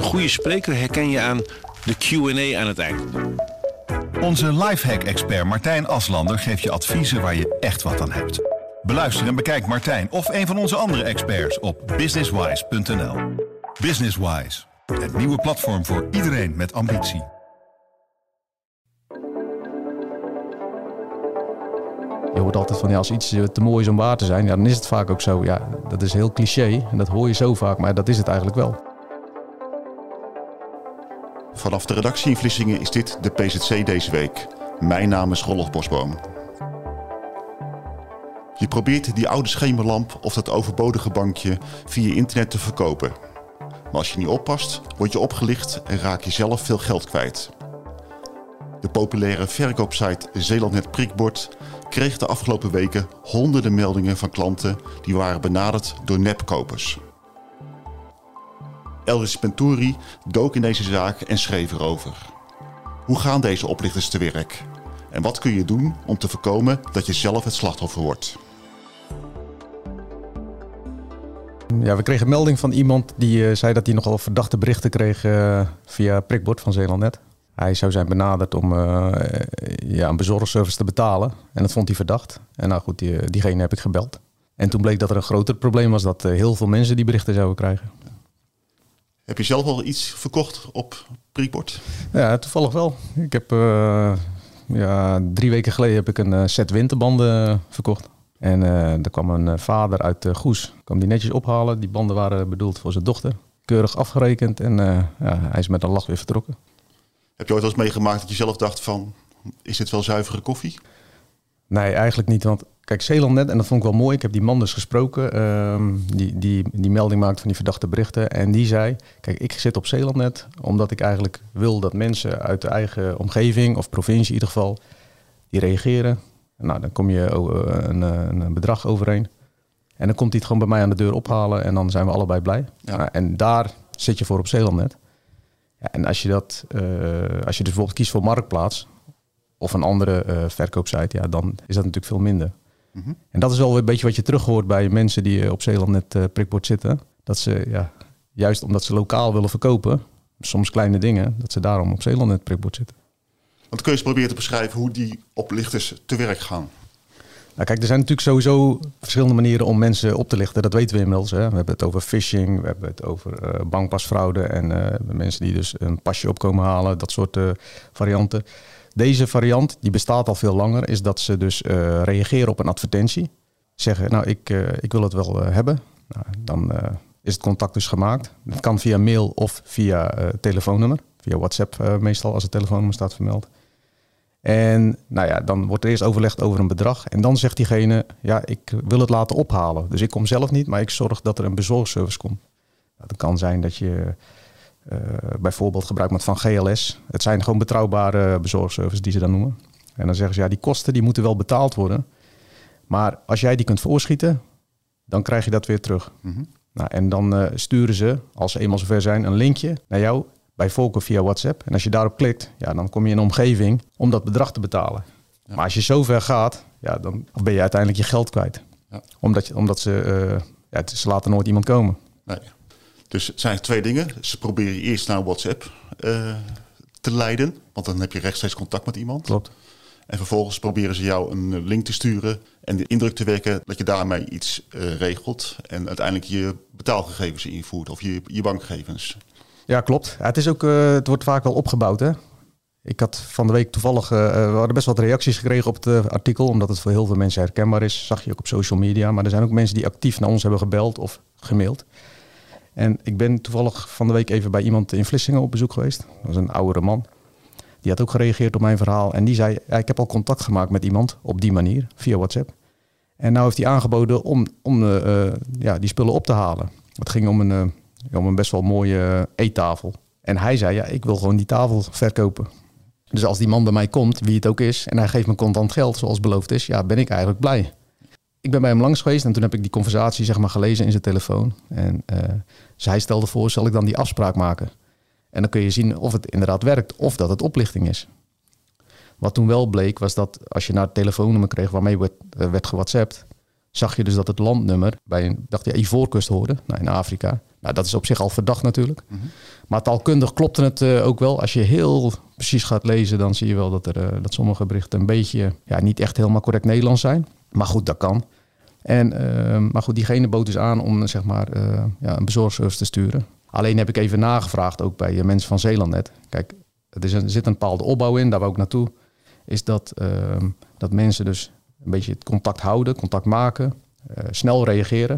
goede spreker herken je aan de Q&A aan het eind. Onze lifehack-expert Martijn Aslander geeft je adviezen waar je echt wat aan hebt. Beluister en bekijk Martijn of een van onze andere experts op businesswise.nl. Businesswise, het nieuwe platform voor iedereen met ambitie. Je hoort altijd van, als iets te mooi is om waar te zijn, dan is het vaak ook zo. Ja, dat is heel cliché en dat hoor je zo vaak, maar dat is het eigenlijk wel. Vanaf de redactie in Vlissingen is dit de PZC deze week. Mijn naam is Rolf Bosboom. Je probeert die oude schemerlamp of dat overbodige bankje via internet te verkopen. Maar als je niet oppast, word je opgelicht en raak je zelf veel geld kwijt. De populaire verkoopsite Zeelandnet Prikbord kreeg de afgelopen weken honderden meldingen van klanten die waren benaderd door nepkopers. Elvis Penturi dook in deze zaak en schreef erover. Hoe gaan deze oplichters te werk? En wat kun je doen om te voorkomen dat je zelf het slachtoffer wordt? Ja, we kregen een melding van iemand die zei dat hij nogal verdachte berichten kreeg via Prikbord van Zeelandnet. Hij zou zijn benaderd om een bezorgservice te betalen. En dat vond hij verdacht. En nou goed, diegene heb ik gebeld. En toen bleek dat er een groter probleem was dat heel veel mensen die berichten zouden krijgen. Heb je zelf al iets verkocht op Prikbord? Ja, toevallig wel. Ik heb 3 weken geleden heb ik een set winterbanden verkocht. En er kwam een vader uit Goes. Kwam die netjes ophalen. Die banden waren bedoeld voor zijn dochter. Keurig afgerekend en hij is met een lach weer vertrokken. Heb je ooit wel eens meegemaakt dat je zelf dacht van, is dit wel zuivere koffie? Nee, eigenlijk niet. Want kijk, Zeelandnet, en dat vond ik wel mooi. Ik heb die man dus gesproken, die melding maakt van die verdachte berichten. En die zei, kijk, ik zit op Zeelandnet omdat ik eigenlijk wil dat mensen uit de eigen omgeving, of provincie in ieder geval, die reageren. Nou, dan kom je een bedrag overeen. En dan komt hij het gewoon bij mij aan de deur ophalen en dan zijn we allebei blij. Ja. Nou, en daar zit je voor op Zeelandnet. Ja, en als je dus bijvoorbeeld kiest voor Marktplaats of een andere verkoopsite, ja, dan is dat natuurlijk veel minder. Mm-hmm. En dat is wel een beetje wat je terug hoort bij mensen die op Zeelandnet Prikbord zitten. Dat ze, juist omdat ze lokaal willen verkopen, soms kleine dingen, dat ze daarom op Zeelandnet Prikbord zitten. Want kun je eens proberen te beschrijven hoe die oplichters te werk gaan? Nou kijk, er zijn natuurlijk sowieso verschillende manieren om mensen op te lichten. Dat weten we inmiddels. Hè. We hebben het over phishing, we hebben het over bankpasfraude en mensen die dus een pasje op komen halen. Dat soort varianten. Deze variant, die bestaat al veel langer, is dat ze dus reageren op een advertentie. Zeggen, nou ik wil het wel hebben. Nou, dan is het contact dus gemaakt. Het kan via mail of via telefoonnummer. Via WhatsApp meestal als het telefoonnummer staat vermeld. En nou ja, dan wordt er eerst overlegd over een bedrag. En dan zegt diegene, ja, ik wil het laten ophalen. Dus ik kom zelf niet, maar ik zorg dat er een bezorgservice komt. Nou, dat kan zijn dat je bijvoorbeeld gebruik maakt van GLS. Het zijn gewoon betrouwbare bezorgservices die ze dan noemen. En dan zeggen ze, ja, die kosten die moeten wel betaald worden. Maar als jij die kunt voorschieten, dan krijg je dat weer terug. Mm-hmm. Nou, en dan sturen ze, als ze eenmaal zover zijn, een linkje naar jou. Bij voorkeur via WhatsApp. En als je daarop klikt, ja, dan kom je in een omgeving om dat bedrag te betalen. Ja. Maar als je zover gaat, ja, dan ben je uiteindelijk je geld kwijt. Ja. Omdat ze laten nooit iemand komen. Nee. Dus het zijn 2 dingen. Ze proberen je eerst naar WhatsApp te leiden. Want dan heb je rechtstreeks contact met iemand. Klopt. En vervolgens proberen ze jou een link te sturen en de indruk te wekken dat je daarmee iets regelt. En uiteindelijk je betaalgegevens invoert of je bankgegevens. Ja, klopt. Ja, het wordt vaak wel opgebouwd, hè. Ik had van de week toevallig, we hadden best wat reacties gekregen op het artikel, omdat het voor heel veel mensen herkenbaar is. Zag je ook op social media. Maar er zijn ook mensen die actief naar ons hebben gebeld of gemaild. En ik ben toevallig van de week even bij iemand in Vlissingen op bezoek geweest. Dat was een oudere man. Die had ook gereageerd op mijn verhaal. En die zei, ik heb al contact gemaakt met iemand op die manier, via WhatsApp. En nou heeft hij aangeboden om die spullen op te halen. Het ging om een best wel mooie eettafel. En hij zei, ik wil gewoon die tafel verkopen. Dus als die man bij mij komt, wie het ook is, en hij geeft me contant geld zoals beloofd is, ben ik eigenlijk blij. Ik ben bij hem langs geweest en toen heb ik die conversatie gelezen in zijn telefoon. En hij stelde voor, zal ik dan die afspraak maken? En dan kun je zien of het inderdaad werkt of dat het oplichting is. Wat toen wel bleek, was dat als je naar het telefoonnummer kreeg waarmee werd gewhatsappt, zag je dus dat het landnummer bij Ivoorkust hoorde, in Afrika, Nou, dat is op zich al verdacht natuurlijk. Mm-hmm. Maar taalkundig klopte het ook wel. Als je heel precies gaat lezen, dan zie je wel dat sommige berichten een beetje niet echt helemaal correct Nederlands zijn. Maar goed, dat kan. Maar goed, diegene bood dus aan om zeg maar een bezorgservice te sturen. Alleen heb ik even nagevraagd, ook bij mensen van Zeelandnet. Kijk, er zit een bepaalde opbouw in, daar wou ik naartoe. Is dat mensen dus een beetje het contact houden, contact maken, snel reageren.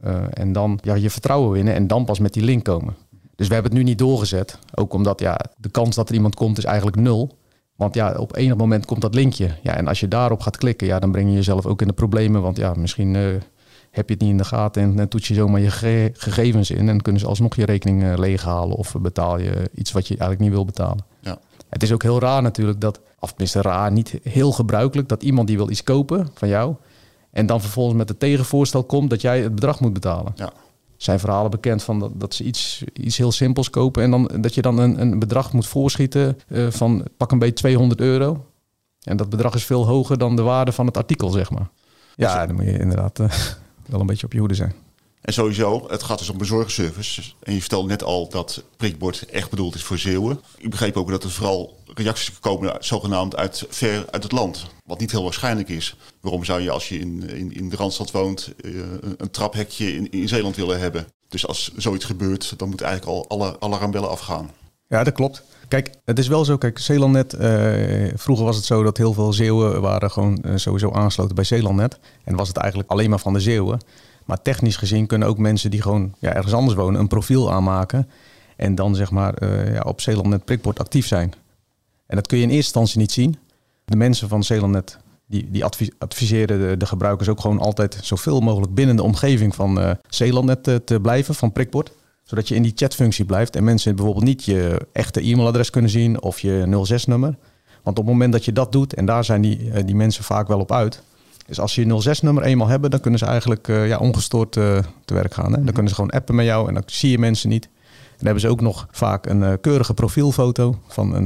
En dan je vertrouwen winnen en dan pas met die link komen. Dus we hebben het nu niet doorgezet. Ook omdat de kans dat er iemand komt is eigenlijk 0. Want op enig moment komt dat linkje. Ja, en als je daarop gaat klikken, dan breng je jezelf ook in de problemen. Want misschien heb je het niet in de gaten en toets je zomaar je gegevens in. En kunnen ze alsnog je rekening leeghalen of betaal je iets wat je eigenlijk niet wil betalen. Ja. Het is ook heel raar natuurlijk of tenminste raar, niet heel gebruikelijk, dat iemand die wil iets kopen van jou en dan vervolgens met het tegenvoorstel komt dat jij het bedrag moet betalen. Ja. Zijn verhalen bekend van dat ze iets heel simpels kopen en dan dat je dan een bedrag moet voorschieten van pak een beetje €200. En dat bedrag is veel hoger dan de waarde van het artikel, zeg maar. Ja, dan moet je inderdaad wel een beetje op je hoede zijn. En sowieso, het gaat dus om bezorgservice. En je vertelde net al dat prikbord echt bedoeld is voor Zeeuwen. Ik begreep ook dat er vooral reacties komen zogenaamd ver uit het land. Wat niet heel waarschijnlijk is. Waarom zou je als je in de Randstad woont een traphekje in Zeeland willen hebben? Dus als zoiets gebeurt, dan moet eigenlijk al alle alarmbellen afgaan. Ja, dat klopt. Kijk, het is wel zo. Kijk, Zeelandnet. Vroeger was het zo dat heel veel Zeeuwen waren gewoon sowieso aangesloten bij Zeelandnet. En was het eigenlijk alleen maar van de Zeeuwen. Maar technisch gezien kunnen ook mensen die gewoon ergens anders wonen een profiel aanmaken. En dan zeg maar op Zeelandnet prikbord actief zijn. En dat kun je in eerste instantie niet zien. De mensen van Zeelandnet die adviseren de gebruikers ook gewoon altijd zoveel mogelijk binnen de omgeving van Zeelandnet te blijven, van prikbord. Zodat je in die chatfunctie blijft en mensen bijvoorbeeld niet je echte e-mailadres kunnen zien of je 06-nummer. Want op het moment dat je dat doet, en daar zijn die mensen vaak wel op uit. Dus als je je 06-nummer eenmaal hebben, dan kunnen ze eigenlijk ongestoord te werk gaan. Hè? Dan kunnen ze gewoon appen met jou en dan zie je mensen niet. En dan hebben ze ook nog vaak een keurige profielfoto van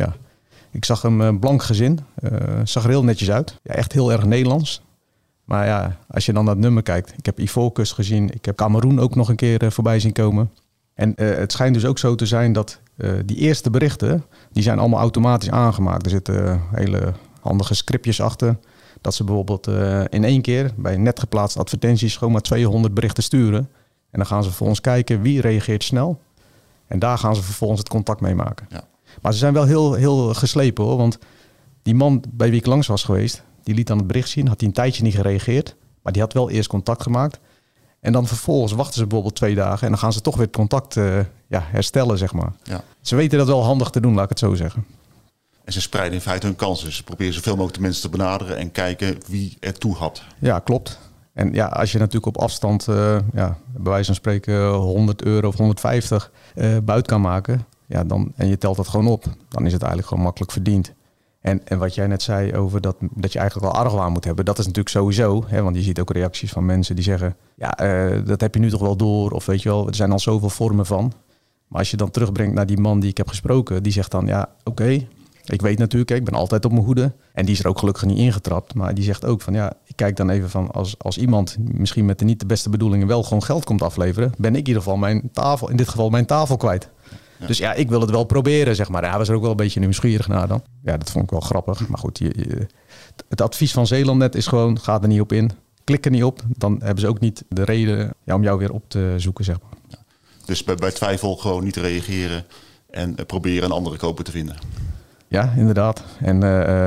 ik zag een blank gezin. Zag er heel netjes uit. Ja, echt heel erg Nederlands. Maar als je dan naar het nummer kijkt. Ik heb Ivoorkust gezien. Ik heb Kameroen ook nog een keer voorbij zien komen. En het schijnt dus ook zo te zijn dat die eerste berichten, die zijn allemaal automatisch aangemaakt. Er zitten hele handige scriptjes achter. Dat ze bijvoorbeeld in 1 keer bij net geplaatste advertenties gewoon maar 200 berichten sturen. En dan gaan ze vervolgens kijken wie reageert snel. En daar gaan ze vervolgens het contact mee maken. Ja. Maar ze zijn wel heel, heel geslepen hoor. Want die man bij wie ik langs was geweest, die liet dan het bericht zien. Had hij een tijdje niet gereageerd. Maar die had wel eerst contact gemaakt. En dan vervolgens wachten ze bijvoorbeeld 2 dagen. En dan gaan ze toch weer het contact herstellen, zeg maar. Ja. Ze weten dat wel handig te doen, laat ik het zo zeggen. En ze spreiden in feite hun kansen. Ze proberen zoveel mogelijk de mensen te benaderen en kijken wie er toe had. Ja, klopt. En als je natuurlijk op afstand, bij wijze van spreken, €100 of 150 buiten kan maken. Ja, en je telt dat gewoon op. Dan is het eigenlijk gewoon makkelijk verdiend. En wat jij net zei over dat je eigenlijk wel argwaan moet hebben. Dat is natuurlijk sowieso. Hè, want je ziet ook reacties van mensen die zeggen, dat heb je nu toch wel door. Of weet je wel, er zijn al zoveel vormen van. Maar als je dan terugbrengt naar die man die ik heb gesproken. Die zegt dan, oké. Ik weet natuurlijk, ik ben altijd op mijn hoede. En die is er ook gelukkig niet ingetrapt. Maar die zegt ook van, ik kijk dan even van... als iemand misschien met de niet de beste bedoelingen wel gewoon geld komt afleveren... ben ik in ieder geval in dit geval mijn tafel kwijt. Ja. Dus ik wil het wel proberen, zeg maar. Hij was er ook wel een beetje nieuwsgierig naar dan. Ja, dat vond ik wel grappig. Maar goed, het advies van Zeelandnet is gewoon, ga er niet op in. Klik er niet op. Dan hebben ze ook niet de reden om jou weer op te zoeken, zeg maar. Ja. Dus bij twijfel gewoon niet reageren en proberen een andere koper te vinden. Ja, inderdaad. En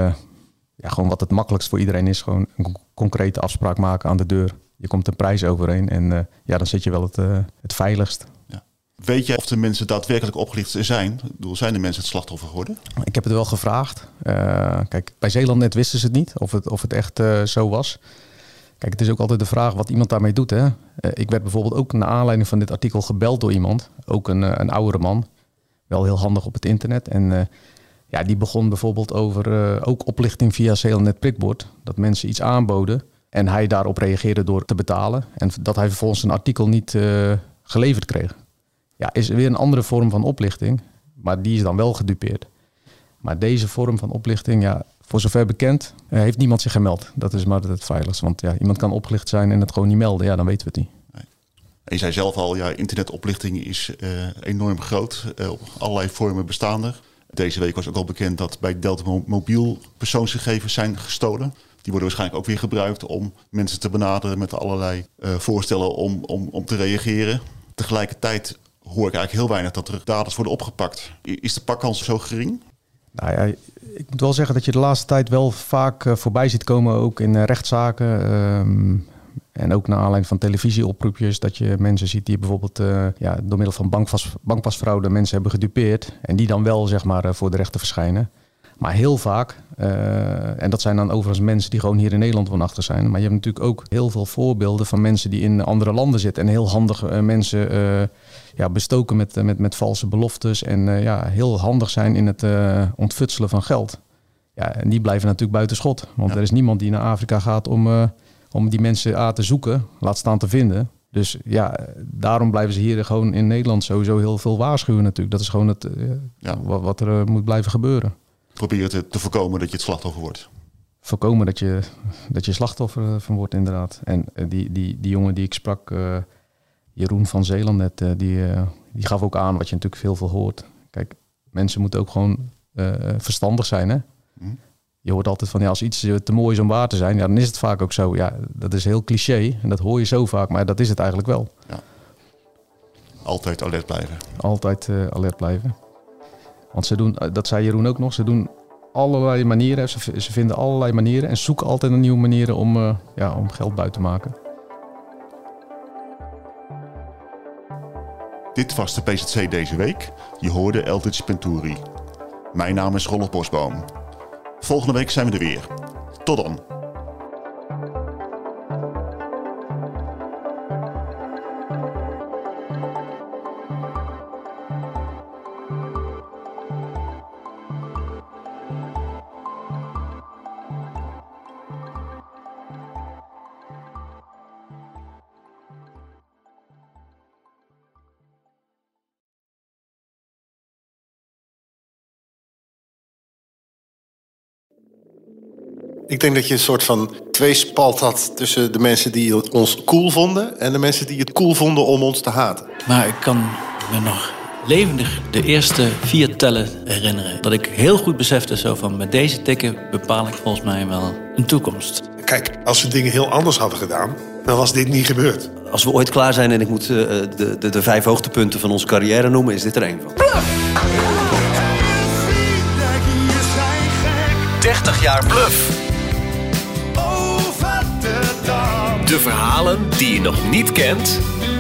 gewoon wat het makkelijkst voor iedereen is, gewoon een concrete afspraak maken aan de deur. Je komt een prijs overeen en dan zit je wel het veiligst. Ja. Weet je of de mensen daadwerkelijk opgelicht zijn? Zijn de mensen het slachtoffer geworden? Ik heb het wel gevraagd. Kijk, bij Zeelandnet wisten ze het niet of het echt zo was. Kijk, het is ook altijd de vraag wat iemand daarmee doet. Hè? Ik werd bijvoorbeeld ook naar aanleiding van dit artikel gebeld door iemand. Ook een oudere man. Wel heel handig op het internet. En die begon bijvoorbeeld over ook oplichting via Zeelandnet prikbord. Dat mensen iets aanboden en hij daarop reageerde door te betalen. En dat hij vervolgens een artikel niet geleverd kreeg. Ja, is weer een andere vorm van oplichting. Maar die is dan wel gedupeerd. Maar deze vorm van oplichting, voor zover bekend, heeft niemand zich gemeld. Dat is maar het veiligste. Want iemand kan opgelicht zijn en het gewoon niet melden. Ja, dan weten we het niet. En je zei zelf al, internetoplichting is enorm groot. Op allerlei vormen bestaan er. Deze week was ook al bekend dat bij Delta Mobiel persoonsgegevens zijn gestolen. Die worden waarschijnlijk ook weer gebruikt om mensen te benaderen met allerlei voorstellen om te reageren. Tegelijkertijd hoor ik eigenlijk heel weinig dat er daders worden opgepakt. Is de pakkans zo gering? Nou ja, ik moet wel zeggen dat je de laatste tijd wel vaak voorbij ziet komen, ook in rechtszaken. En ook naar aanleiding van televisieoproepjes, dat je mensen ziet die bijvoorbeeld door middel van bankpasfraude mensen hebben gedupeerd. En die dan wel zeg maar voor de rechter verschijnen. Maar heel vaak, en dat zijn dan overigens mensen die gewoon hier in Nederland woonachtig zijn. Maar je hebt natuurlijk ook heel veel voorbeelden van mensen die in andere landen zitten. En heel handig mensen bestoken met valse beloftes. En heel handig zijn in het ontfutselen van geld. Ja, en die blijven natuurlijk buiten schot. Want er is niemand die naar Afrika gaat om die mensen te zoeken, laat staan te vinden. Dus ja, daarom blijven ze hier gewoon in Nederland sowieso heel veel waarschuwen natuurlijk. Dat is gewoon wat er moet blijven gebeuren. Probeer te voorkomen dat je het slachtoffer wordt. Voorkomen dat je slachtoffer van wordt, inderdaad. En die jongen die ik sprak, Jeroen van Zeeland net, die gaf ook aan wat je natuurlijk veel hoort. Kijk, mensen moeten ook gewoon verstandig zijn, hè? Je hoort altijd van, als iets te mooi is om waar te zijn, dan is het vaak ook zo. Ja, dat is heel cliché en dat hoor je zo vaak, maar dat is het eigenlijk wel. Ja. Altijd alert blijven. Altijd alert blijven. Want ze doen, dat zei Jeroen ook nog, ze doen allerlei manieren. Ze vinden allerlei manieren en zoeken altijd naar nieuwe manieren om geld buiten te maken. Dit was de PZC deze week. Je hoorde Eldridge Penturi. Mijn naam is Rolf Bosboom. Volgende week zijn we er weer. Tot dan. Ik denk dat je een soort van tweespalt had tussen de mensen die ons cool vonden en de mensen die het cool vonden om ons te haten. Maar ik kan me nog levendig de eerste 4 tellen herinneren. Dat ik heel goed besefte zo van, met deze tikken bepaal ik volgens mij wel een toekomst. Kijk, als we dingen heel anders hadden gedaan, dan was dit niet gebeurd. Als we ooit klaar zijn en ik moet de 5 hoogtepunten van onze carrière noemen, is dit er één van. 30 jaar Bluff. De verhalen die je nog niet kent.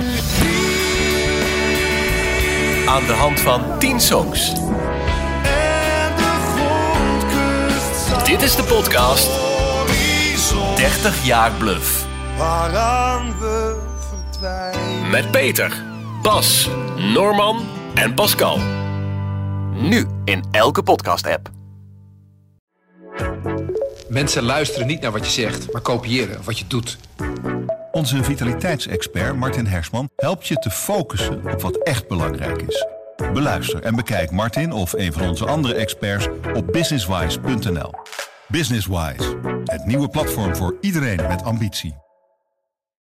Aan de hand van 10 songs. Dit is de podcast 30 jaar Bluff. Waaraan we verdwijnen. Met Peter, Bas, Norman en Pascal. Nu in elke podcast-app. Mensen luisteren niet naar wat je zegt, maar kopiëren wat je doet. Onze vitaliteitsexpert Martin Hersman helpt je te focussen op wat echt belangrijk is. Beluister en bekijk Martin of een van onze andere experts op businesswise.nl. Businesswise, het nieuwe platform voor iedereen met ambitie.